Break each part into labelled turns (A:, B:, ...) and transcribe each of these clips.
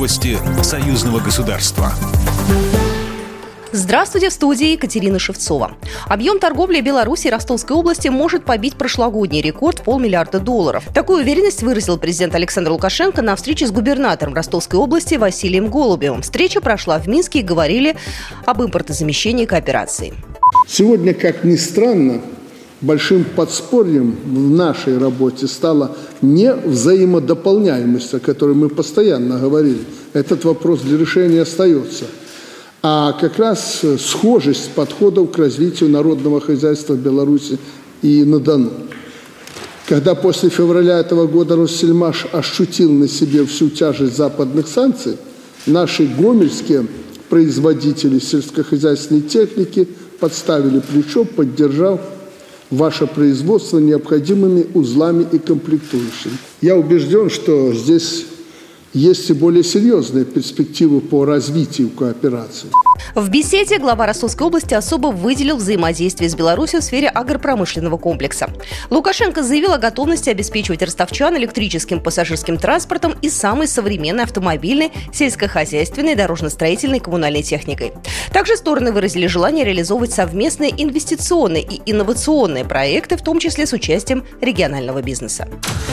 A: Новости союзного государства.
B: Здравствуйте, в студии Екатерина Шевцова. Объем торговли Беларуси и Ростовской области может побить прошлогодний рекорд в $500 миллиарда. Такую уверенность выразил президент Александр Лукашенко на встрече с губернатором Ростовской области Василием Голубевым. Встреча прошла в Минске и говорили об импортозамещении и кооперации.
C: Сегодня, как ни странно, большим подспорьем в нашей работе стала не взаимодополняемость, о которой мы постоянно говорили. Этот вопрос для решения остается. А как раз схожесть подходов к развитию народного хозяйства в Беларуси и на Дону. Когда после февраля этого года Россельмаш ощутил на себе всю тяжесть западных санкций, наши гомельские производители сельскохозяйственной техники подставили плечо, поддержав ваше производство необходимыми узлами и комплектующими. Я убежден, что здесь есть и более серьезные перспективы по развитию кооперации.
B: В беседе глава Ростовской области особо выделил взаимодействие с Беларусью в сфере агропромышленного комплекса. Лукашенко заявил о готовности обеспечивать ростовчан электрическим пассажирским транспортом и самой современной автомобильной, сельскохозяйственной, дорожно-строительной и коммунальной техникой. Также стороны выразили желание реализовывать совместные инвестиционные и инновационные проекты, в том числе с участием регионального бизнеса.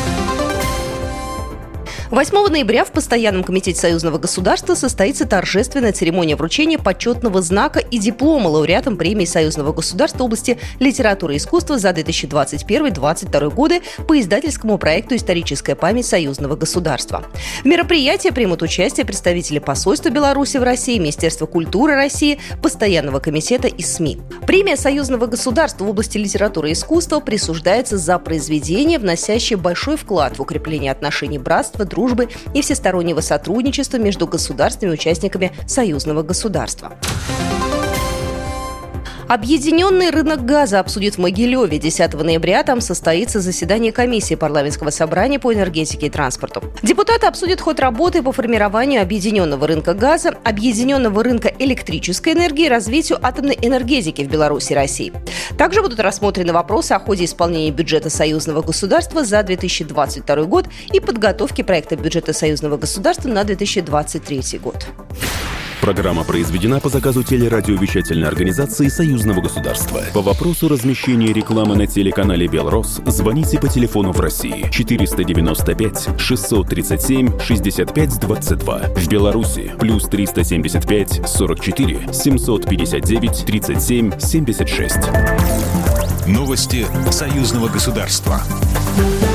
B: 8 ноября в Постоянном комитете союзного государства состоится торжественная церемония вручения почетного знака и диплома лауреатам премии союзного государства в области литературы и искусства за 2021-2022 годы по издательскому проекту «Историческая память союзного государства». В мероприятии примут участие представители посольства Беларуси в России, Министерства культуры России, Постоянного комитета и СМИ. Премия союзного государства в области литературы и искусства присуждается за произведения, вносящие большой вклад в укрепление отношений братства, дружбы и всестороннего сотрудничества между государствами и участниками союзного государства. Объединенный рынок газа обсудит в Могилеве. 10 ноября там состоится заседание комиссии парламентского собрания по энергетике и транспорту. Депутаты обсудят ход работы по формированию объединенного рынка газа, объединенного рынка электрической энергии и развитию атомной энергетики в Беларуси и России. Также будут рассмотрены вопросы о ходе исполнения бюджета союзного государства за 2022 год и подготовки проекта бюджета союзного государства на 2023 год.
D: Программа произведена по заказу телерадиовещательной организации Союзного государства. По вопросу размещения рекламы на телеканале «Белрос» звоните по телефону в России 495 637 65 22. В Беларуси плюс 375 44 759 37 76.
A: Новости союзного государства.